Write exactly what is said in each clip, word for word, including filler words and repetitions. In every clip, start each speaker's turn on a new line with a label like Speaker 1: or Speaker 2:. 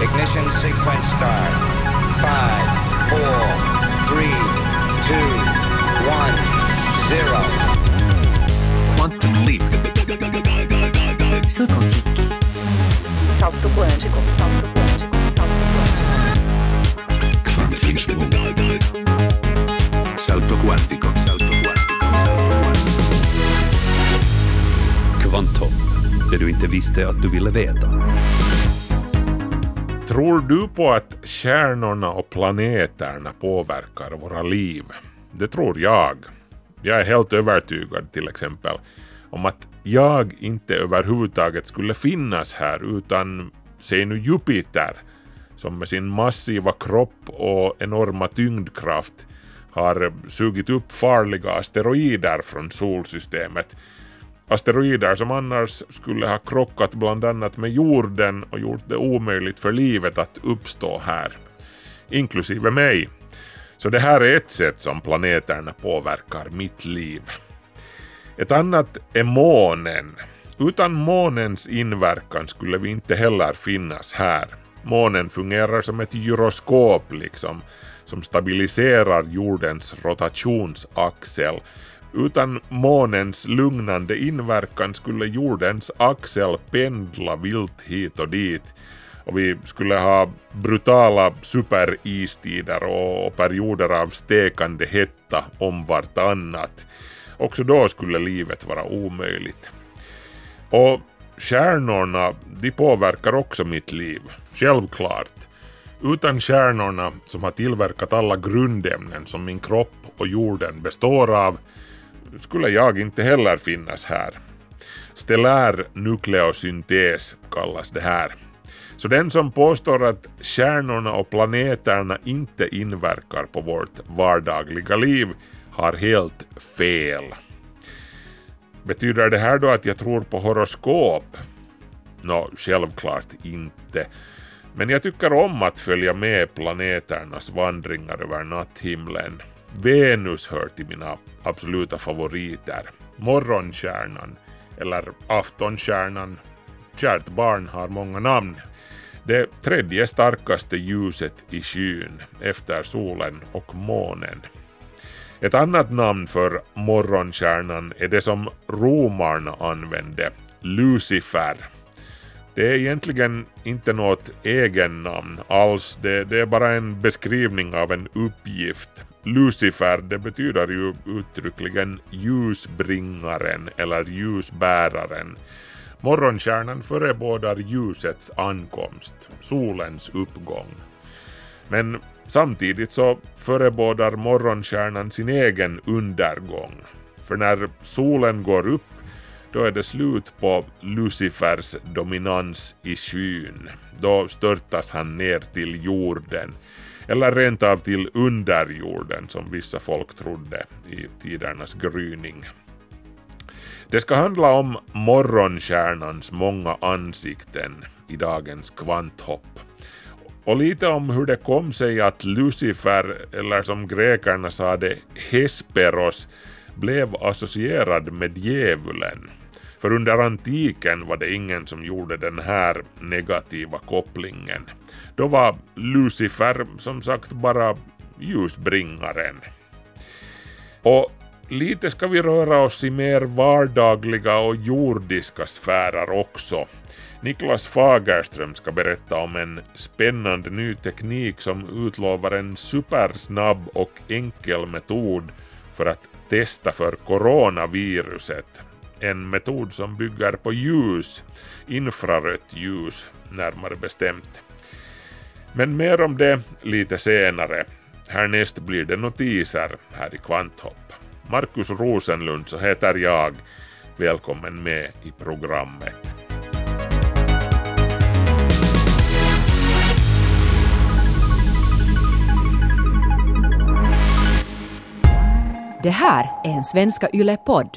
Speaker 1: Ignition sequence start. Five, four, three, two, one, zero.
Speaker 2: Quantum leap.
Speaker 3: Salto quântico. Salto quântico. Salto quântico. Salto quântico.
Speaker 2: Quantum leap. Salto quantico. Salto quantico. Salto quantico.
Speaker 4: Kvantum. Det du inte visste att du ville veta.
Speaker 5: Tror du på att stjärnorna och planeterna påverkar våra liv? Det tror jag. Jag är helt övertygad till exempel om att jag inte överhuvudtaget skulle finnas här utan, säg nu Jupiter, som med sin massiva kropp och enorma tyngdkraft har sugit upp farliga asteroider från solsystemet. Asteroider som annars skulle ha krockat bland annat med jorden och gjort det omöjligt för livet att uppstå här, inklusive mig. Så det här är ett sätt som planeterna påverkar mitt liv. Ett annat är månen. Utan månens inverkan skulle vi inte heller finnas här. Månen fungerar som ett gyroskop liksom, som stabiliserar jordens rotationsaxel. Utan månens lugnande inverkan skulle jordens axel pendla vilt hit och dit. Och vi skulle ha brutala superistider och perioder av stekande hetta om vartannat. Också då skulle livet vara omöjligt. Och stjärnorna, de påverkar också mitt liv. Självklart. Utan stjärnorna som har tillverkat alla grundämnen som min kropp och jorden består av skulle jag inte heller finnas här. Stellär nukleosyntes kallas det här. Så den som påstår att stjärnorna och planeterna inte inverkar på vårt vardagliga liv har helt fel. Betyder det här då att jag tror på horoskop? Nå, självklart inte. Men jag tycker om att följa med planeternas vandringar över natthimlen. Venus hör till mina absoluta favoriter. Morgonstjärnan eller aftonstjärnan. Kärt barn har många namn. Det tredje starkaste ljuset i skyn efter solen och månen. Ett annat namn för morgonstjärnan är det som romarna använde, Lucifer. Det är egentligen inte något egen namn alls, det, det är bara en beskrivning av en uppgift. Lucifer, det betyder ju uttryckligen ljusbringaren eller ljusbäraren. Morgonstjärnan förebådar ljusets ankomst, solens uppgång. Men samtidigt så förebådar morgonstjärnan sin egen undergång. För när solen går upp, då är det slut på Lucifers dominans i skyn. Då störtas han ner till jorden. Eller rent av till underjorden som vissa folk trodde i tidernas gryning. Det ska handla om morgonstjärnans många ansikten i dagens kvanthopp. Och lite om hur det kom sig att Lucifer, eller som grekerna sa det, Hesperos, blev associerad med djävulen. För under antiken var det ingen som gjorde den här negativa kopplingen. Då var Lucifer som sagt bara ljusbringaren. Och lite ska vi röra oss i mer vardagliga och jordiska sfärer också. Niklas Fagerström ska berätta om en spännande ny teknik som utlovar en supersnabb och enkel metod för att testa för coronaviruset. En metod som bygger på ljus, infrarött ljus närmare bestämt. Men mer om det lite senare. Härnäst blir det notiser här i Kvanthopp. Markus Rosenlund så heter jag. Välkommen med i programmet.
Speaker 6: Det här är en Svenska Yle-podd.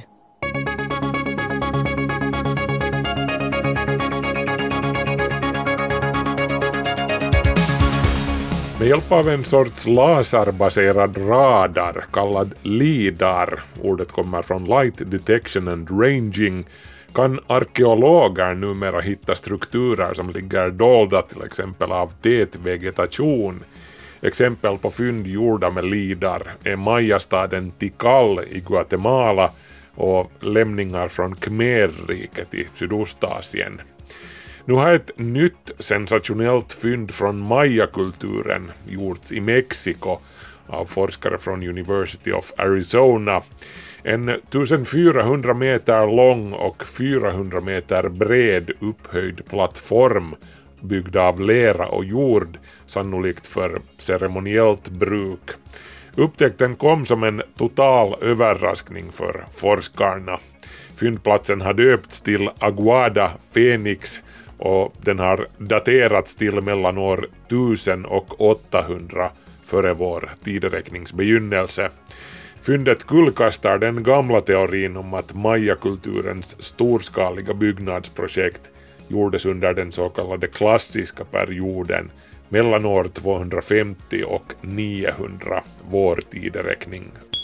Speaker 5: Men Med hjälp av en sorts laserbaserad radar kallad LIDAR, ordet kommer från Light Detection and Ranging, kan arkeologer numera hitta strukturer som ligger dolda till exempel av tät vegetation. Exempel på fynd gjorda med LIDAR är mayastaden Tikal i Guatemala och lämningar från Khmerriket i Sydostasien. Nu har ett nytt sensationellt fynd från mayakulturen gjorts i Mexiko av forskare från University of Arizona. En fjortonhundra meter lång och fyrahundra meter bred upphöjd plattform byggd av lera och jord, sannolikt för ceremoniellt bruk. Upptäckten kom som en total överraskning för forskarna. Fyndplatsen har döpts till Aguada Phoenix och den har daterats till mellan år tusen och åttahundra före vår tideräkningsbegynnelse. Fyndet kullkastar den gamla teorin om att mayakulturens storskaliga byggnadsprojekt gjordes under den så kallade klassiska perioden mellan år tvåhundrafemtio och niohundra vår tideräkning.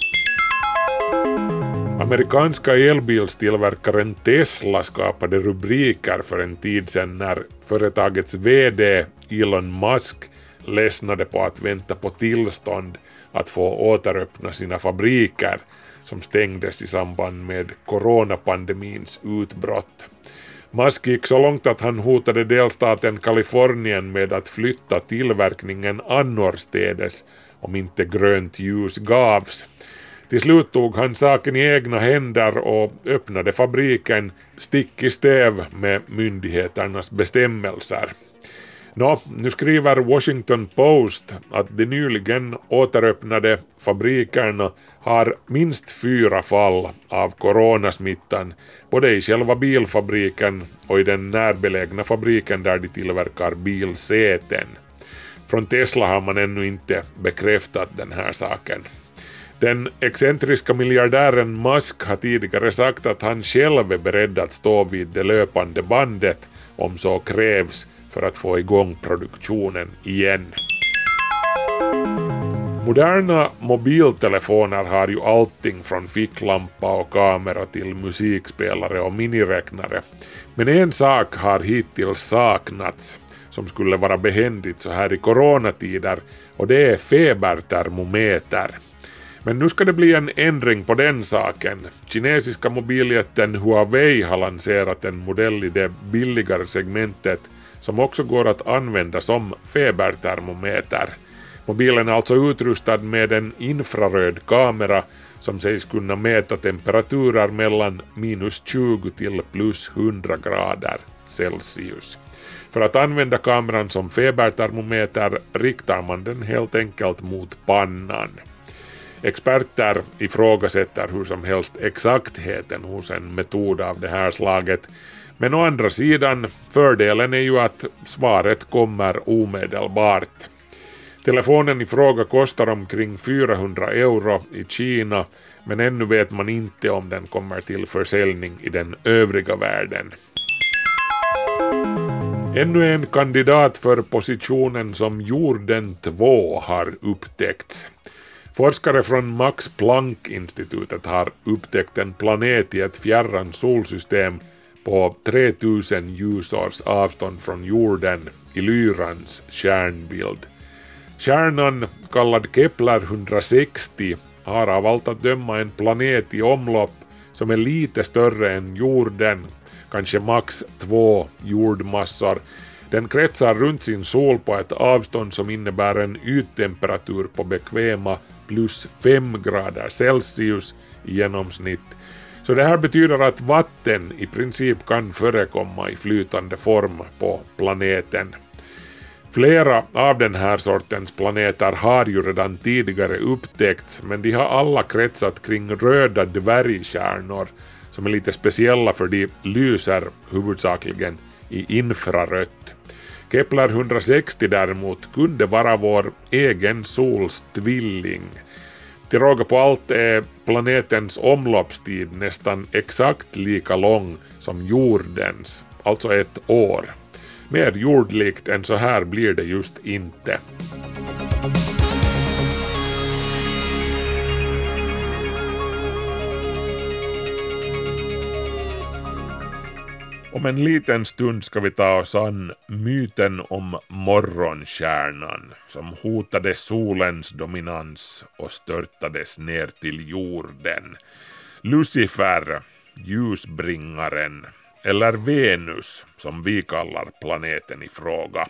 Speaker 5: Amerikanska elbilstillverkaren Tesla skapade rubriker för en tid sedan när företagets vd Elon Musk ledsnade på att vänta på tillstånd att få återöppna sina fabriker som stängdes i samband med coronapandemins utbrott. Musk gick så långt att han hotade delstaten Kalifornien med att flytta tillverkningen annorstädes om inte grönt ljus gavs. Till slut tog han saken i egna händer och öppnade fabriken stick i stäv med myndigheternas bestämmelser. Nå, nu skriver Washington Post att de nyligen återöppnade fabrikerna har minst fyra fall av coronasmittan, både i själva bilfabriken och i den närbelägna fabriken där de tillverkar bilsäten. Från Tesla har man ännu inte bekräftat den här saken. Den excentriska miljardären Musk har tidigare sagt att han själv är beredd att stå vid det löpande bandet om så krävs för att få igång produktionen igen. Moderna mobiltelefoner har ju allting från ficklampa och kamera till musikspelare och miniräknare. Men en sak har hittills saknats som skulle vara behändigt så här i coronatider, och det är febertermometer. Men nu ska det bli en ändring på den saken. Kinesiska mobiljätten Huawei har lanserat en modell i det billigare segmentet som också går att använda som febertermometer. Mobilen är alltså utrustad med en infraröd kamera som sägs kunna mäta temperaturer mellan minus tjugo till plus hundra grader Celsius. För att använda kameran som febertermometer riktar man den helt enkelt mot pannan. Experter ifrågasätter hur som helst exaktheten hos en metod av det här slaget, men å andra sidan, fördelen är ju att svaret kommer omedelbart. Telefonen i fråga kostar omkring fyrahundra euro i Kina, men ännu vet man inte om den kommer till försäljning i den övriga världen. Ännu en kandidat för positionen som jorden två har upptäckts. Forskare från Max Planck-institutet har upptäckt en planet i ett fjärran solsystem på tre tusen ljusårs avstånd från jorden i Lyrans stjärnbild. Stjärnan, kallad Kepler hundrasextio, har av allt att döma en planet i omlopp som är lite större än jorden, kanske max två jordmassor. Den kretsar runt sin sol på ett avstånd som innebär en yttemperatur på bekväma plus fem grader Celsius i genomsnitt. Så det här betyder att vatten i princip kan förekomma i flytande form på planeten. Flera av den här sortens planeter har ju redan tidigare upptäckts, men de har alla kretsat kring röda dvärgstjärnor som är lite speciella för de lyser huvudsakligen i infrarött. Kepler hundrasextio däremot kunde vara vår egen sols tvilling. Till råga på allt är planetens omloppstid nästan exakt lika lång som jordens, alltså ett år. Mer jordlikt än så här blir det just inte. Om en liten stund ska vi ta oss an myten om morgonstjärnan som hotade solens dominans och störtades ner till jorden. Lucifer, ljusbringaren, eller Venus som vi kallar planeten i fråga.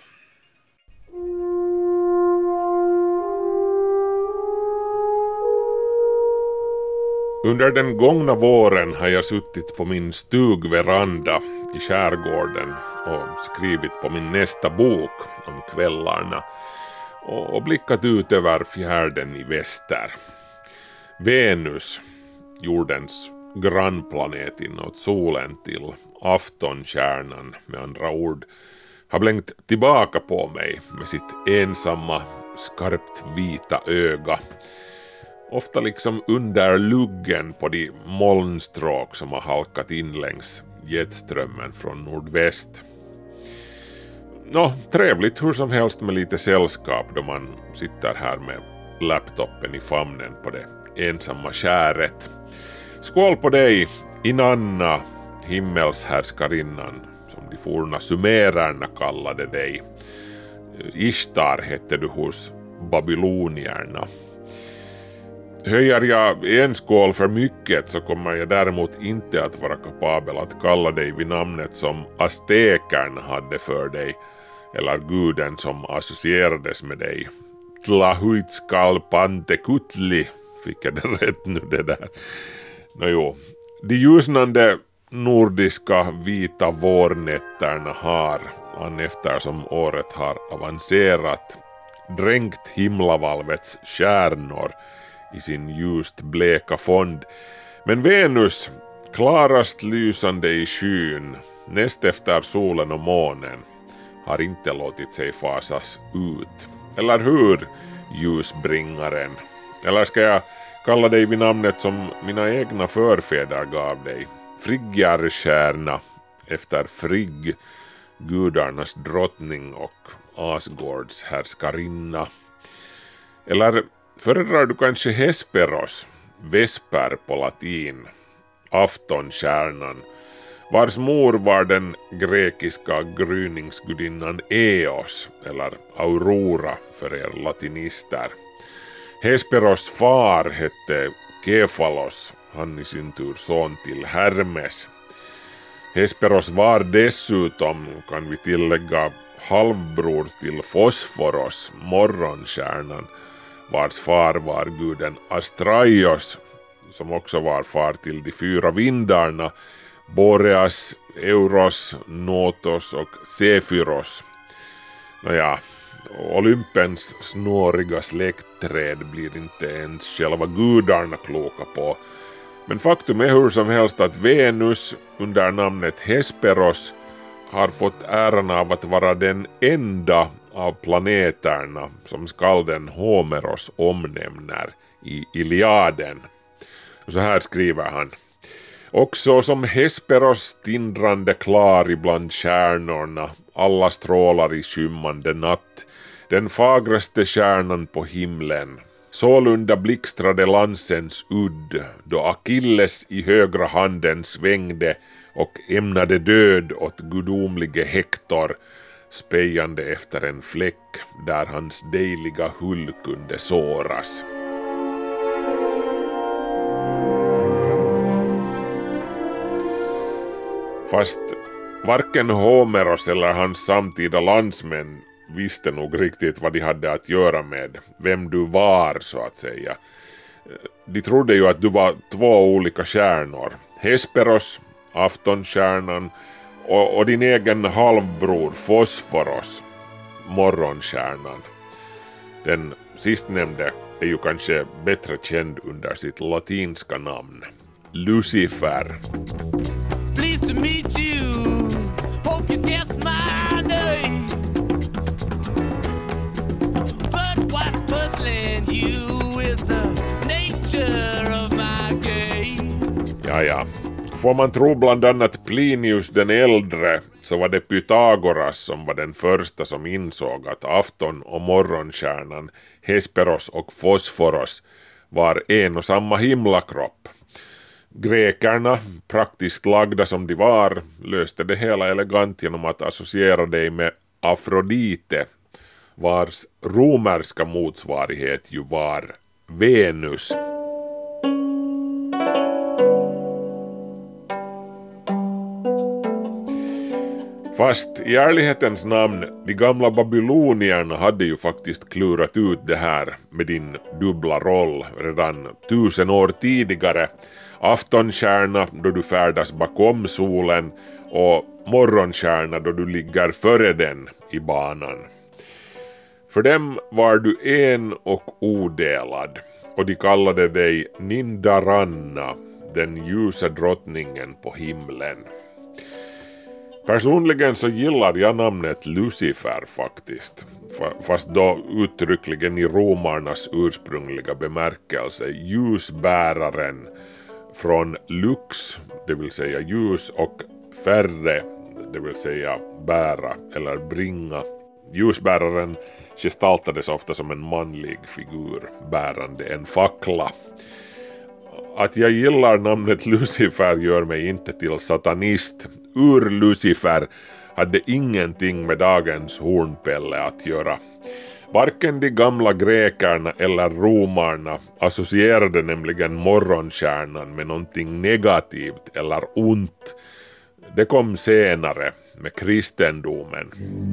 Speaker 5: Under den gångna våren har jag suttit på min stugveranda i skärgården och skrivit på min nästa bok om kvällarna och blickat ut över fjärden i väster. Venus, jordens grannplanet inåt solen till aftonstjärnan med andra ord, har blänkt tillbaka på mig med sitt ensamma, skarpt vita öga. Ofta liksom under luggen på de molnstråk som har halkat in längs jetströmmen från nordväst. Nå, trevligt hur som helst med lite sällskap då man sitter här med laptopen i famnen på det ensamma skäret. Skål på dig, Inanna, himmelshärskarinnan, som de forna sumererna kallade dig. Ishtar hette du hos babylonierna. Höjer jag en skål för mycket så kommer jag däremot inte att vara kapabel att kalla dig vid namnet som aztekerna hade för dig, eller guden som associerades med dig. Tlahuitzkalpantecutli, fick jag det rätt nu det där. Nåjo, de ljusnande nordiska vita vårnätterna har, an eftersom året har avancerat, dränkt himlavalvets stjärnor i sin ljust bleka fond. Men Venus, klarast lysande i skyn, näst efter solen och månen, har inte låtit sig fasas ut. Eller hur, ljusbringaren? Eller ska jag kalla dig vid namnet som mina egna förfäder gav dig? Friggjarstjärna, efter Frigg, gudarnas drottning och Asgårds härskarinna. Eller föredrar du kanske Hesperos, vesper på latin, aftonstjärnan, vars mor var den grekiska gryningsgudinnan Eos, eller Aurora för er latinister. Hesperos far hette Kefalos, han i sin tur son till Hermes. Hesperos var dessutom, kan vi tillägga, halvbror till Fosforos, morgonstjärnan, vars far var guden Astraios, som också var far till de fyra vindarna, Boreas, Euros, Notos och Sephyros. Nåja, Olympens snåriga släktträd blir inte ens själva gudarna kloka på. Men faktum är hur som helst att Venus under namnet Hesperos har fått äran av att vara den enda av planeterna som skalden Homeros omnämner i Iliaden. Så här skriver han: också som Hesperos tindrande klar ibland stjärnorna, alla strålar i skymmande natt, den fagraste stjärnan på himlen. Sålunda blixtrade lansens udd, då Achilles i högra handen svängde och ämnade död åt gudomlige Hektor, spejande efter en fläck där hans dejliga hull kunde såras. Fast varken Homeros eller hans samtida landsmän visste nog riktigt vad de hade att göra med, vem du var så att säga. De trodde ju att du var två olika stjärnor, Hesperos, aftonstjärnan, och, och din egen halvbror Fosforos, morgonstjärnan. Den sistnämnde är ju kanske bättre känd under sitt latinska namn, Lucifer.
Speaker 7: Pleased to meet you. Hope you guessed my name. But what's puzzling you is the nature of my game.
Speaker 5: Ja, ja. Får man tro bland annat Plinius den äldre, så var det Pythagoras som var den första som insåg att afton- och morgonstjärnan Hesperos och Fosforos var en och samma himlakropp. Grekerna, praktiskt lagda som de var, löste det hela elegant genom att associera dig med Afrodite, vars romerska motsvarighet ju var Venus. Fast i ärlighetens namn, de gamla babylonierna hade ju faktiskt klurat ut det här med din dubbla roll redan tusen år tidigare. Aftonstjärna då du färdas bakom solen och morgonstjärna då du ligger före den i banan. För dem var du en och odelad och de kallade dig Nindaranna, den ljusa drottningen på himlen. Personligen så gillar jag namnet Lucifer faktiskt, fast då uttryckligen i romarnas ursprungliga bemärkelse, ljusbäraren från lux, det vill säga ljus, och färre, det vill säga bära eller bringa. Ljusbäraren gestaltades ofta som en manlig figur bärande en fackla. Att jag gillar namnet Lucifer gör mig inte till satanist. Ur Lucifer hade ingenting med dagens hornpelle att göra. Varken de gamla grekerna eller romarna associerade nämligen morgonstjärnan med någonting negativt eller ont. Det kom senare med kristendomen.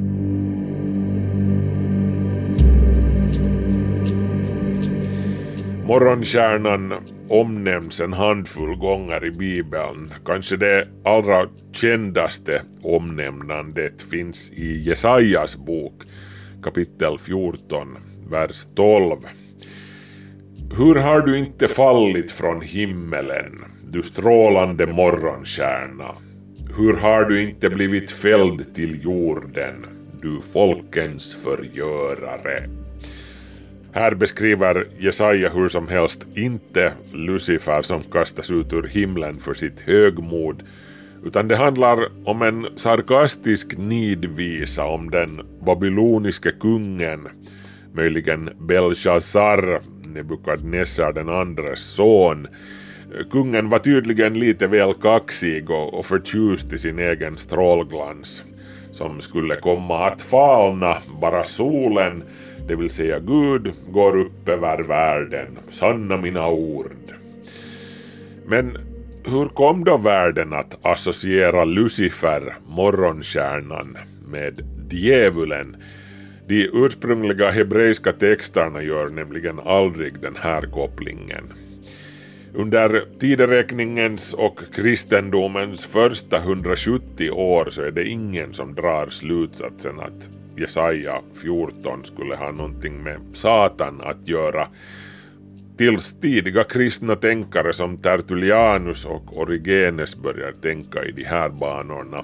Speaker 5: Morgonstjärnan omnämns en handfull gånger i Bibeln. Kanske det allra kändaste omnämnandet finns i Jesajas bok, kapitel fjorton, vers tolv. Hur har du inte fallit från himmelen, du strålande morgonstjärna? Hur har du inte blivit fälld till jorden, du folkens förgörare? Här beskriver Jesaja hur som helst inte Lucifer som kastas ut ur himlen för sitt högmod, utan det handlar om en sarkastisk nidvisa om den babyloniske kungen, möjligen Belshazzar, Nebukadnessar den andres son. Kungen var tydligen lite väl kaxig och, och förtjust i sin egen strålglans, som skulle komma att falna bara solen, det vill säga Gud, går upp över världen, sanna mina ord. Men hur kom då världen att associera Lucifer, morgonstjärnan, med djävulen? De ursprungliga hebreiska texterna gör nämligen aldrig den här kopplingen. Under tideräkningens och kristendomens första hundrasjuttio år så är det ingen som drar slutsatsen att Jesaja fjorton skulle ha någonting med Satan att göra, tills tidiga kristna tänkare som Tertullianus och Origenes börjar tänka i de här banorna.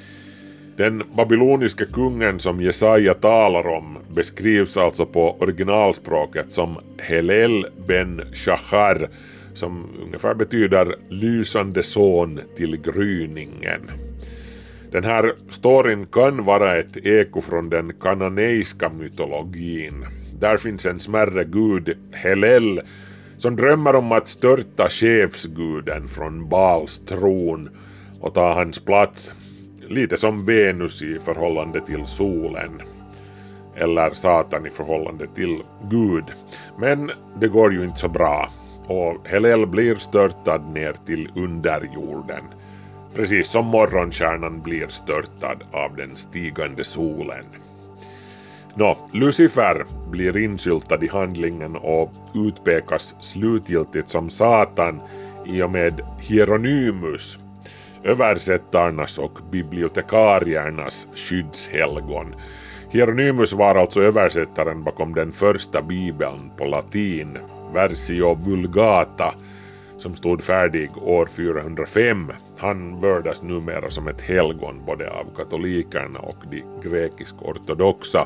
Speaker 5: Den babyloniska kungen som Jesaja talar om beskrivs alltså på originalspråket som Helel ben Shachar, som ungefär betyder lysande son till gryningen. Den här storyn kan vara ett eko från den kananeiska mytologin. Där finns en smärre gud, Helel, som drömmer om att störta chefsguden från Baals tron och ta hans plats, lite som Venus i förhållande till solen, eller Satan i förhållande till Gud. Men det går ju inte så bra, och Helel blir störtad ner till underjorden, precis som morgonstjärnan blir störtad av den stigande solen. Nå, Lucifer blir insyltad i handlingen och utpekas slutgiltigt som Satan i och med Hieronymus, översättarnas och bibliotekariernas skyddshelgon. Hieronymus var alltså översättaren bakom den första bibeln på latin, Versio Vulgata, som stod färdig år fyrahundrafem. Han vördas numera som ett helgon både av katolikerna och de grekisk-ortodoxa.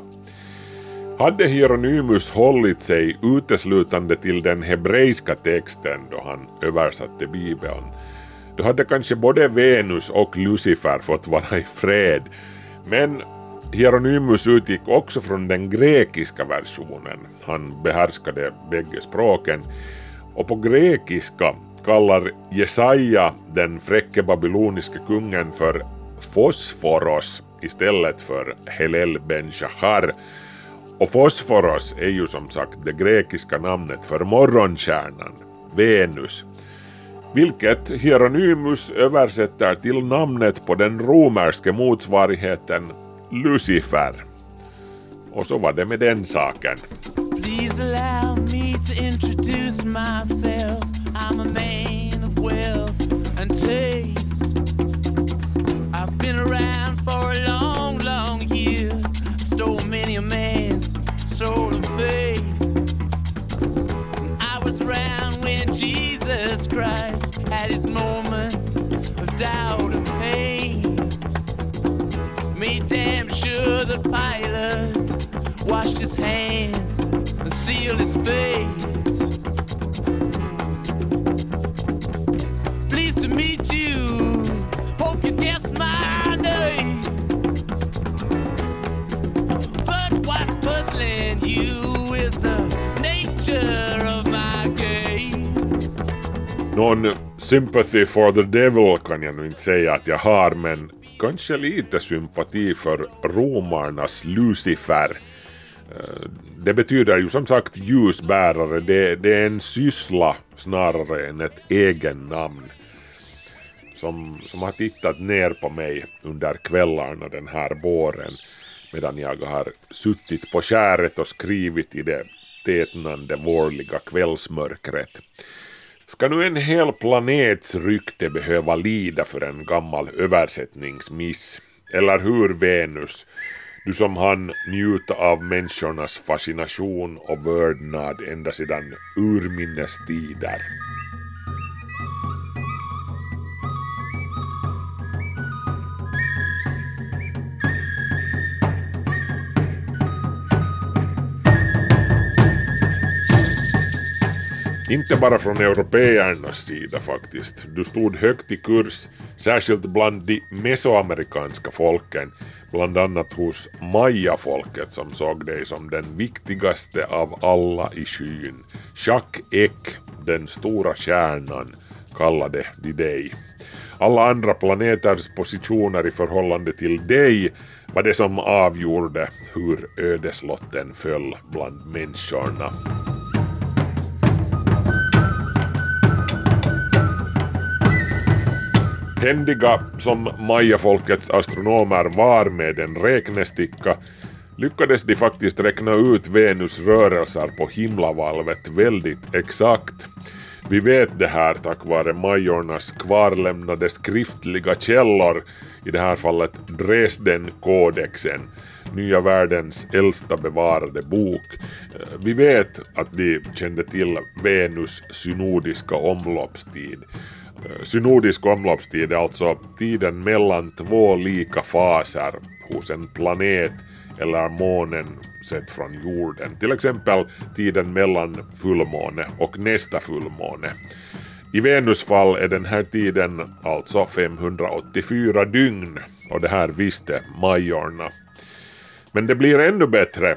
Speaker 5: Hade Hieronymus hållit sig uteslutande till den hebreiska texten då han översatte bibeln, då hade kanske både Venus och Lucifer fått vara i fred. Men Hieronymus utgick också från den grekiska versionen. Han behärskade bägge språken. Och på grekiska kallar Jesaja den fräcke babyloniska kungen för Fosforos istället för Helel ben Shachar. Och Fosforos är ju som sagt det grekiska namnet för morgonstjärnan, Venus, vilket Hieronymus översätter till namnet på den romerska motsvarigheten Lucifer. Och så var det med den saken.
Speaker 7: Please allow me to introduce myself. I'm a man of wealth and taste. I've been around for a long, long year. Stole many a man's soul and faith. I was around when Jesus Christ had his moment of doubt and pain. Made damn sure that Pilate washed his hands and sealed his face. Pleased to meet you. Hope you guessed my name. But what's puzzling you is the nature of my game.
Speaker 5: Någon sympathy for the devil kan jag nu inte säga att jag har, men kanske lite sympati för romarnas Lucifer. Det betyder ju som sagt ljusbärare, det, det är en syssla snarare än ett egen namn som, som har tittat ner på mig under kvällarna den här våren medan jag har suttit på skäret och skrivit i det tätnande vårliga kvällsmörkret. Ska nu en hel planets rykte behöva lida för en gammal översättningsmiss? Eller hur, Venus? Du som han njuta av människornas fascination och vördnad ända sedan urminnes tider. Inte bara från europeernas sida faktiskt. Du stod högt i kurs, särskilt bland de mesoamerikanska folken, bland annat hos Maya-folket som såg dig som den viktigaste av alla i skyn. Chak-Ek, den stora kärnan, kallade de dig. Alla andra planeters positioner i förhållande till dig var det som avgjorde hur ödeslotten föll bland människorna. Händiga som Maya-folkets astronomer var med en räknesticka lyckades de faktiskt räkna ut Venus rörelser på himlavalvet väldigt exakt. Vi vet det här tack vare Majornas kvarlämnade skriftliga källor, i det här fallet Dresden-kodexen, nya världens äldsta bevarade bok. Vi vet att de kände till Venus synodiska omloppstid. Synodisk omloppstid är alltså tiden mellan två lika faser hos en planet eller månen sett från jorden. Till exempel tiden mellan fullmåne och nästa fullmåne. I Venus fall är den här tiden alltså femhundraåttiofyra dygn, och det här visste Majorna. Men det blir ännu bättre.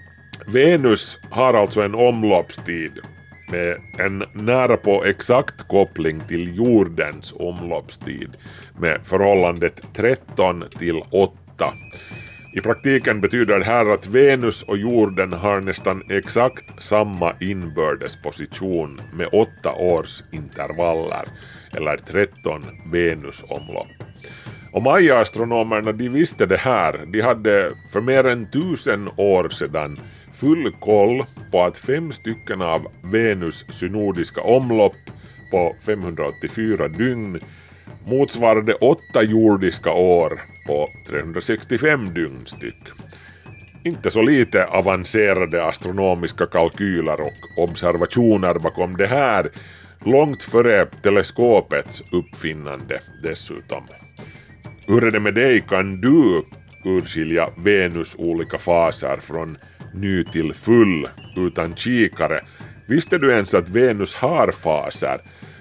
Speaker 5: Venus har alltså en omloppstid med en nära på exakt koppling till jordens omloppstid med förhållandet tretton till åtta. I praktiken betyder det här att Venus och jorden har nästan exakt samma inbördesposition med åtta års intervaller, eller tretton Venus-omlopp. Och Maya-astronomerna, de visste det här. De hade för mer än tusen år sedan full koll på att fem stycken av Venus synodiska omlopp på femhundraåttiofyra dygn motsvarade åtta jordiska år på trehundrasextiofem dygn styck. Inte så lite avancerade astronomiska kalkyler och observationer bakom det här, långt före teleskopets uppfinnande dessutom. Hur är det med dig? Kan du urskilja Venus olika faser från ny till full utan kikare? Visste du ens att Venus har faser?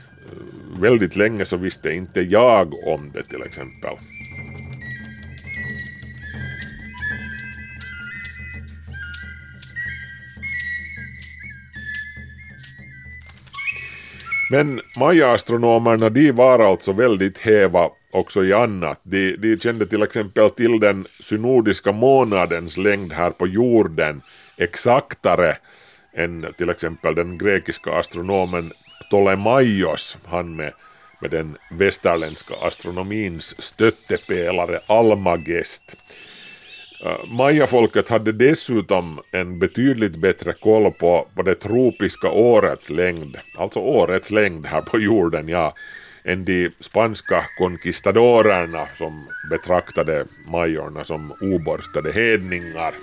Speaker 5: Väldigt länge så visste inte jag om det till exempel. Men Maya-astronomerna, de var alltså väldigt häva också i annat. De, de kände till exempel till den synodiska månadens längd här på jorden exaktare än till exempel den grekiska astronomen Ptolemaios, han med, med den västerländska astronomins stöttepelare Almagest. Uh, Maya-folket hade dessutom en betydligt bättre koll på, på det tropiska årets längd, alltså årets längd här på jorden, ja, än de spanska conquistadorerna som betraktade majorna som oborstade hedningar.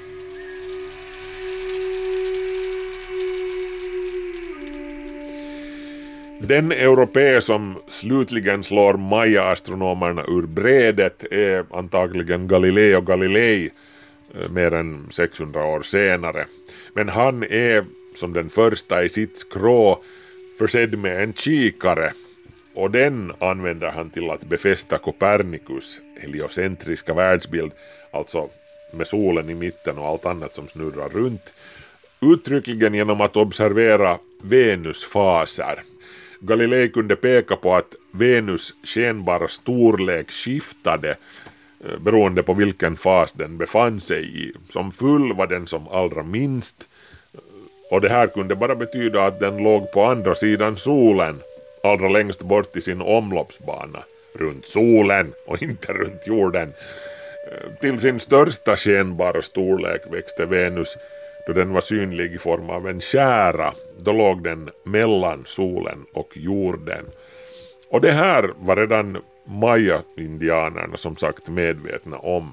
Speaker 5: Den europé som slutligen slår Maya-astronomerna ur brädet är antagligen Galileo Galilei, mer än sexhundra år senare. Men han är som den första i sitt skrå försedd med en kikare, och den använder han till att befästa Copernicus heliocentriska världsbild, alltså med solen i mitten och allt annat som snurrar runt, uttryckligen genom att observera Venusfaser. Galilei kunde peka på att Venus skenbara storlek skiftade beroende på vilken fas den befann sig i. Som full var den som allra minst, och det här kunde bara betyda att den låg på andra sidan solen, allra längst bort i sin omloppsbana, runt solen och inte runt jorden. Till sin största skenbara storlek växte Venus då den var synlig i form av en skära. Då låg den mellan solen och jorden. Och det här var redan Maya-indianerna som sagt medvetna om.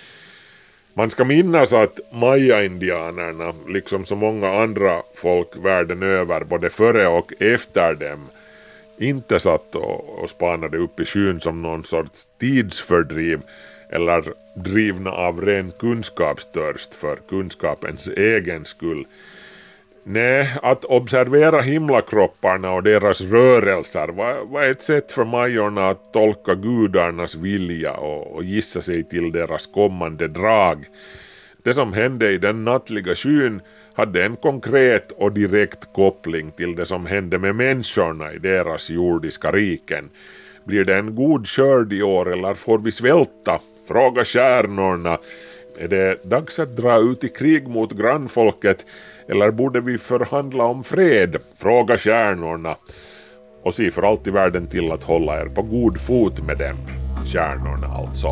Speaker 5: Man ska minnas att Maya-indianerna, liksom så många andra folk världen över, både före och efter dem, inte satt och, och spanade upp i skyn som någon sorts tidsfördriv eller drivna av ren kunskapstörst för kunskapens egen skull. Nej, att observera himlakropparna och deras rörelser var, var ett sätt för majorna att tolka gudarnas vilja och, och gissa sig till deras kommande drag. Det som hände i den nattliga skyn hade en konkret och direkt koppling till det som hände med människorna i deras jordiska riken. Blir det en god skörd i år eller får vi svälta? Fråga stjärnorna. Är det dags att dra ut i krig mot grannfolket eller borde vi förhandla om fred? Fråga stjärnorna. Och se för allt i världen till att hålla er på god fot med dem. Stjärnorna alltså.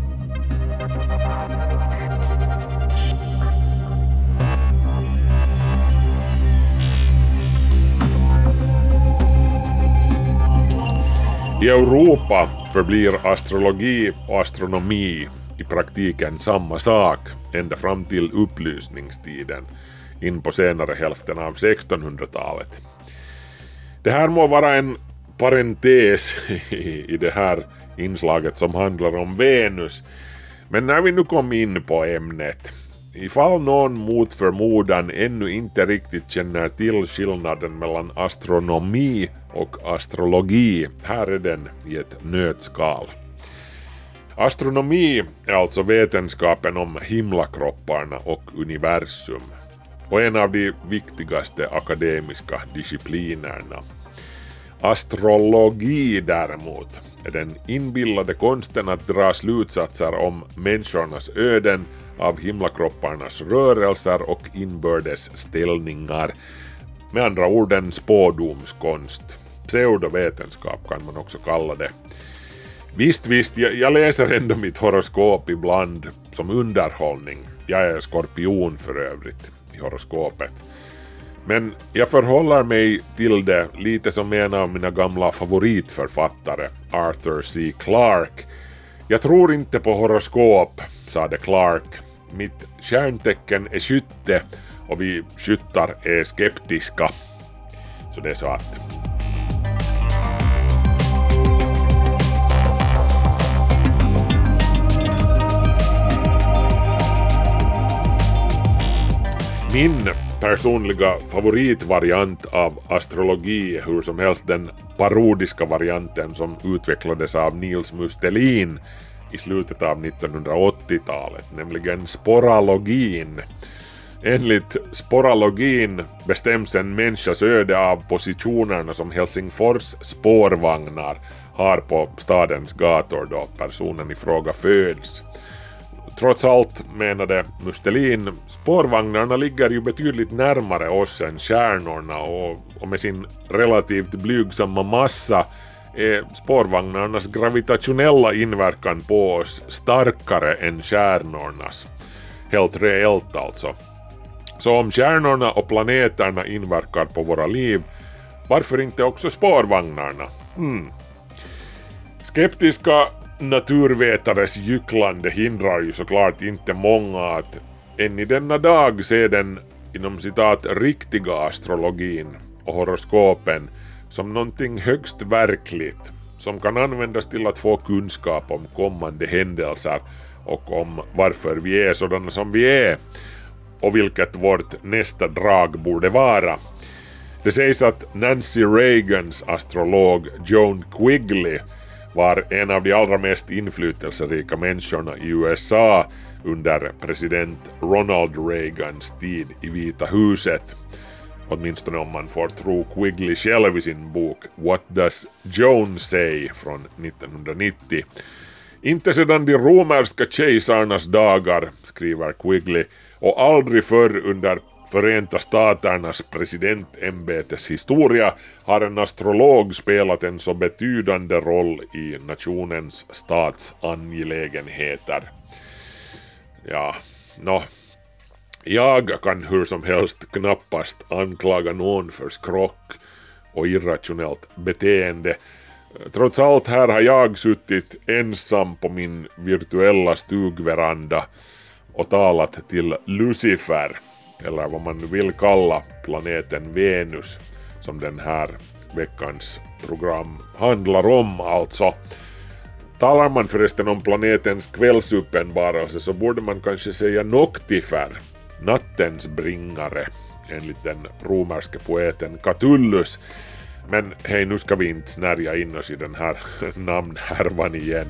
Speaker 5: I Europa förblir astrologi och astronomi i praktiken samma sak ända fram till upplysningstiden in på senare hälften av sextonhundratalet. Det här må vara en parentes i det här inslaget som handlar om Venus, men när vi nu kom in på ämnet, ifall någon mot förmodan ännu inte riktigt känner till skillnaden mellan astronomi och astrologi, här är den i ett nötskal. Astronomi är alltså vetenskapen om himlakropparna och universum, och en av de viktigaste akademiska disciplinerna. Astrologi däremot är den inbillade konsten att dra slutsatser om människornas öden av himlakropparnas rörelser och inbördes ställningar. Med andra ord en spådomskonst. Pseudovetenskap kan man också kalla det. Visst, visst, jag, jag läser ändå mitt horoskop ibland som underhållning. Jag är skorpion för övrigt i horoskopet. Men jag förhåller mig till det lite som en av mina gamla favoritförfattare, Arthur C. Clarke. Jag tror inte på horoskop, sade Clarke. Mitt stjärntecken är skytte och vi skyttar är skeptiska. Så det är så att... Min personliga favoritvariant av astrologi är hur som helst den parodiska varianten som utvecklades av Niels Mustelin i slutet av nittonhundraåttiotalet, nämligen sporalogin. Enligt sporologin bestäms en människas öde av positionerna som Helsingfors spårvagnar har på stadens gator då personen i fråga föds. Trots allt, menade Mustelin, spårvagnarna ligger ju betydligt närmare oss än stjärnorna och, och med sin relativt blygsamma massa är spårvagnarnas gravitationella inverkan på oss starkare än stjärnornas. Helt reellt alltså. Så om stjärnorna och planeterna inverkar på våra liv, varför inte också spårvagnarna? Hmm. Skeptiska naturvetares gycklande hindrar ju såklart inte många att än i denna dag se den inom citat riktiga astrologin och horoskopen som någonting högst verkligt som kan användas till att få kunskap om kommande händelser och om varför vi är sådana som vi är och vilket vårt nästa drag borde vara. Det sägs att Nancy Reagans astrolog Joan Quigley var en av de allra mest inflytelserika människorna i U S A under president Ronald Reagans tid i Vita huset. Åtminstone om man får tro Quigley själv i sin bok What Does Joan Say från nittonhundranittio. Inte sedan de romerska kejsarnas dagar, skriver Quigley, och aldrig förr under Förenta staternas presidentämbetes historia har en astrolog spelat en så betydande roll i nationens statsangelägenheter. Ja, nå. Jag kan hur som helst knappast anklaga någon för skrock och irrationellt beteende. Trots allt här har jag suttit ensam på min virtuella stugveranda och talat till Lucifer, eller vad man vill kalla planeten Venus, som den här veckans program handlar om alltså. Talar man förresten om planetens kvällsuppenbarelse så borde man kanske säga Noctifer, nattens bringare, enligt den romerske poeten Catullus. Men hej, nu ska vi inte snärja in oss i den här namnhärvan igen.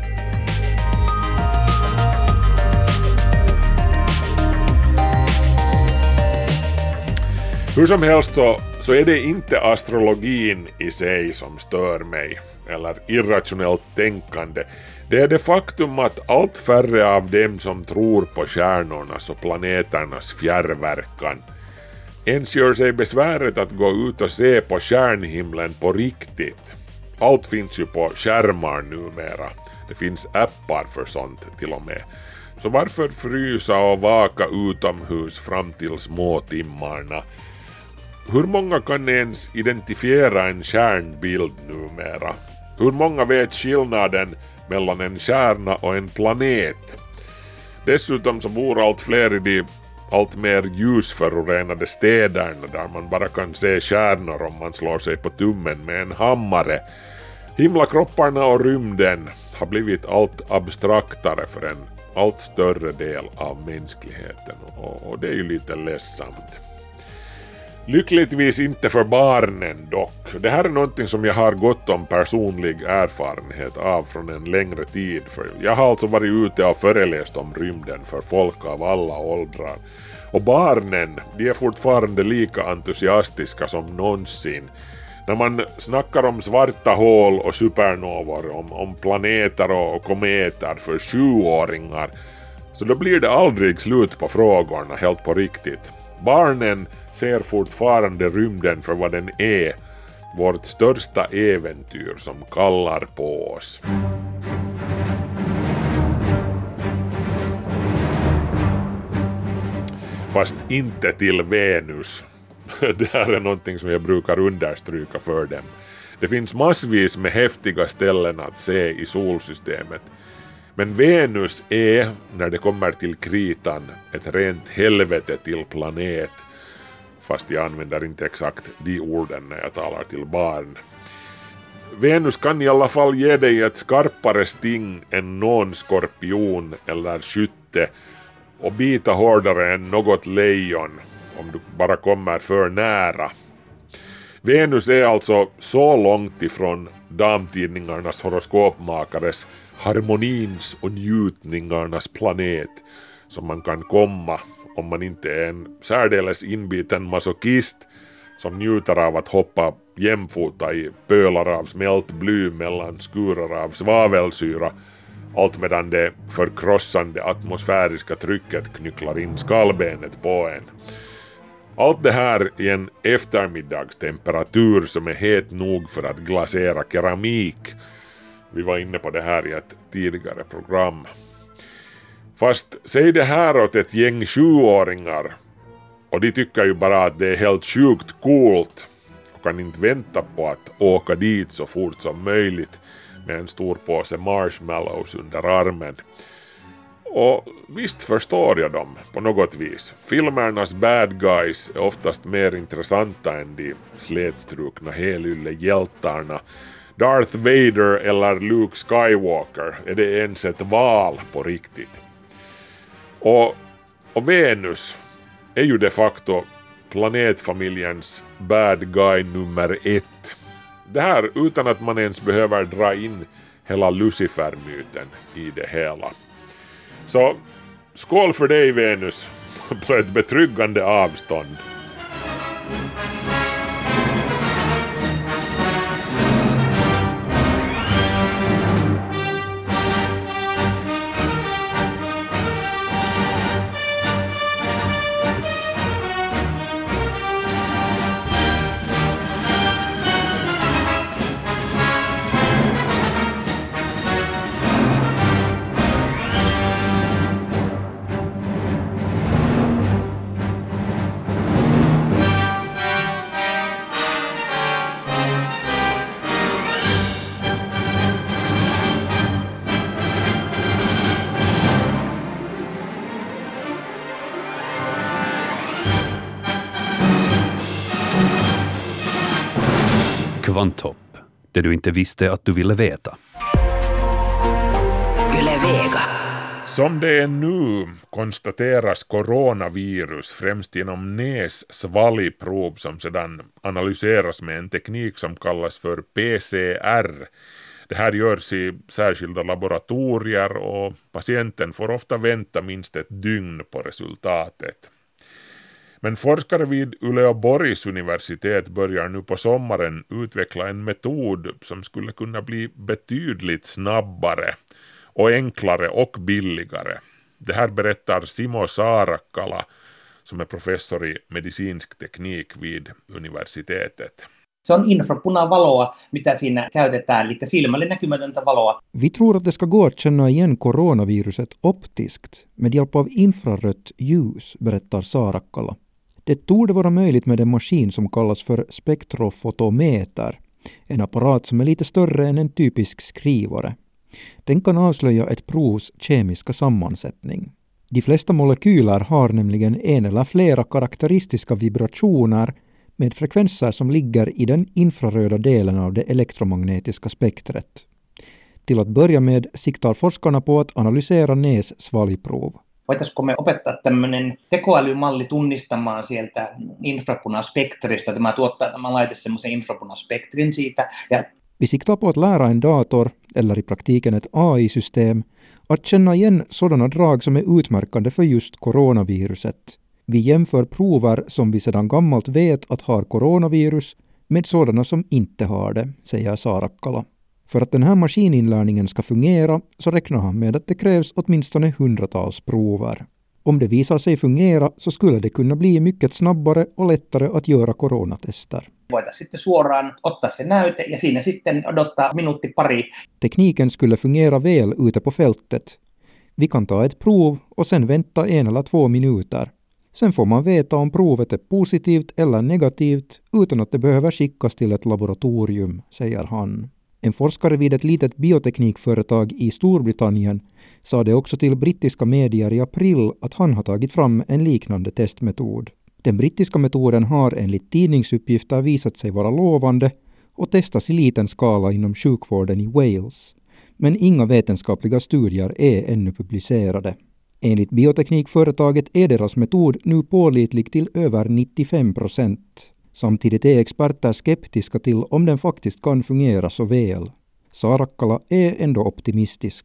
Speaker 5: Hur som helst så, så är det inte astrologin i sig som stör mig, eller irrationellt tänkande. Det är det faktum att allt färre av dem som tror på stjärnornas och planeternas fjärrverkan ens gör sig besväret att gå ut och se på stjärnhimlen på riktigt. Allt finns ju på skärmar numera. Det finns appar för sånt till och med. Så varför frysa och vaka utomhus fram till små timmarna? Hur många kan ens identifiera en stjärnbild numera? Hur många vet skillnaden mellan en stjärna och en planet? Dessutom så bor allt fler i de allt mer ljusförorenade städerna där man bara kan se stjärnor om man slår sig på tummen med en hammare. Himlakropparna och rymden har blivit allt abstraktare för en allt större del av mänskligheten och, och det är ju lite ledsamt. Lyckligtvis inte för barnen dock. Det här är någonting som jag har gott om personlig erfarenhet av från en längre tid. För jag har alltså varit ute och föreläst om rymden för folk av alla åldrar. Och barnen, de är fortfarande lika entusiastiska som någonsin. När man snackar om svarta hål och supernovor, om, om planeter och kometer för sjuåringar, så då blir det aldrig slut på frågorna helt på riktigt. Barnen ser fortfarande rymden för vad den är, vårt största äventyr som kallar på oss. Fast inte till Venus. Det här är någonting som jag brukar understryka för dem. Det finns massvis med häftiga ställen att se i solsystemet. Men Venus är, när det kommer till kritan, ett rent helvete till planet. Fast jag använder inte exakt de orden när jag talar till barn. Venus kan i alla fall ge dig ett skarpare sting än någon skorpion eller skytte och bita hårdare än något lejon om du bara kommer för nära. Venus är alltså så långt ifrån damtidningarnas horoskopmakares harmonins och njutningarnas planet som man kan komma om man inte är en särdeles inbiten masochist som njuter av att hoppa jämfota i pölar av smält bly mellan skurar av svavelsyra, allt medan det förkrossande atmosfäriska trycket knycklar in skallbenet på en. Allt det här i en eftermiddagstemperatur som är het nog för att glasera keramik. Vi var inne på det här i ett tidigare program. Fast säg det här åt ett gäng sjuåringar och de tycker ju bara att det är helt sjukt coolt och kan inte vänta på att åka dit så fort som möjligt med en stor påse marshmallows under armen. Och visst förstår jag dem på något vis. Filmernas bad guys är oftast mer intressanta än de slätstrukna helylle hjältarna. Darth Vader eller Luke Skywalker, är det ens ett val på riktigt? Och, och Venus är ju de facto planetfamiljens bad guy nummer ett. Det här utan att man ens behöver dra in hela Lucifer-myten i det hela. Så skål för dig Venus på ett betryggande avstånd.
Speaker 4: Kvanthopp, det du inte visste att du ville veta.
Speaker 6: Yle Vega.
Speaker 5: Som det är nu konstateras coronavirus främst genom näs-svalgprov som sedan analyseras med en teknik som kallas för P C R. Det här görs i särskilda laboratorier och patienten får ofta vänta minst ett dygn på resultatet. Men forskare vid Uleåborgs universitet börjar nu på sommaren utveckla en metod som skulle kunna bli betydligt snabbare och enklare och billigare. Det här berättar Simo Saarakkala som är professor i medicinsk teknik vid universitetet.
Speaker 8: Se on infrapunavaloa, mitä siinä käytetään, eli silmälle näkymätöntä valoa.
Speaker 9: Vi tror att det ska gå att känna igen coronaviruset optiskt med hjälp av infrarött ljus, berättar Saarakkala. Det torde vara möjligt med en maskin som kallas för spektrofotometer, en apparat som är lite större än en typisk skrivare. Den kan avslöja ett provs kemiska sammansättning. De flesta molekyler har nämligen en eller flera karaktäristiska vibrationer med frekvenser som ligger i den infraröda delen av det elektromagnetiska spektret. Till att börja med siktar forskarna på att analysera näs-svalgprov.
Speaker 8: Voitaisiko me opettaa tämmöinen tekoälymalli tunnistamaan sieltä infrapunaspektristä? Tämä tuottaa tämä laite semmoisen infrapunaspektrin siitä. Ja
Speaker 9: Vi siktar på att lära en dator, eller i praktiken ett A I-system, att känna igen sådana drag som är utmärkande för just coronaviruset. Vi jämför prover som vi sedan gammalt vet att har coronavirus med sådana som inte har det, säger Saarakkala. För att den här maskininlärningen ska fungera så räknar han med att det krävs åtminstone hundratals prover. Om det visar sig fungera så skulle det kunna bli mycket snabbare och lättare att göra coronatester.
Speaker 8: voitaisiin sitten suoraan ottaa se näyte ja siinä sitten odottaa minuutti pari.
Speaker 9: Tekniken skulle fungera väl ute på fältet. Vi kan ta ett prov och sen vänta en eller två minuter. Sen får man veta om provet är positivt eller negativt utan att det behöver skickas till ett laboratorium, säger han. En forskare vid ett litet bioteknikföretag i Storbritannien sa det också till brittiska medier i april att han har tagit fram en liknande testmetod. Den brittiska metoden har enligt tidningsuppgifter visat sig vara lovande och testas i liten skala inom sjukvården i Wales. Men inga vetenskapliga studier är ännu publicerade. Enligt bioteknikföretaget är deras metod nu pålitlig till över nittiofem procent. Samtidigt är experter skeptiska till om den faktiskt kan fungera så väl. Saarakkala är ändå optimistisk.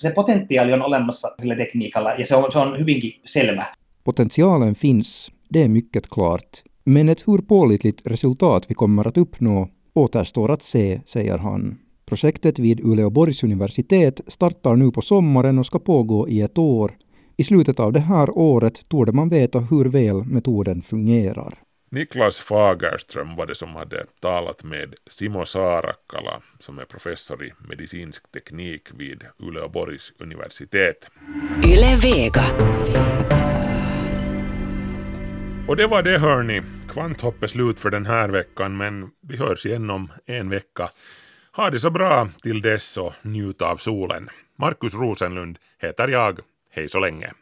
Speaker 8: Se potentiaali on olemassa sillä tekniikalla ja se on, se on hyvinkin selvä.
Speaker 9: Potentialen finns, det är mycket klart. Men ett hur pålitligt resultat vi kommer att uppnå återstår att se, säger han. Projektet vid Uleåborgs universitet startar nu på sommaren och ska pågå i ett år. I slutet av det här året torde man veta hur väl metoden fungerar.
Speaker 5: Niklas Fagerström var det som hade talat med Simo Saarakkala som är professor i medicinsk teknik vid Uleåborgs universitet.
Speaker 10: Yle Vega.
Speaker 5: Och det var det, hörni. Kvanthopp är slut för den här veckan, men vi hörs igen om en vecka. Ha det så bra till dess och njut av solen. Markus Rosenlund heter jag. Hej så länge.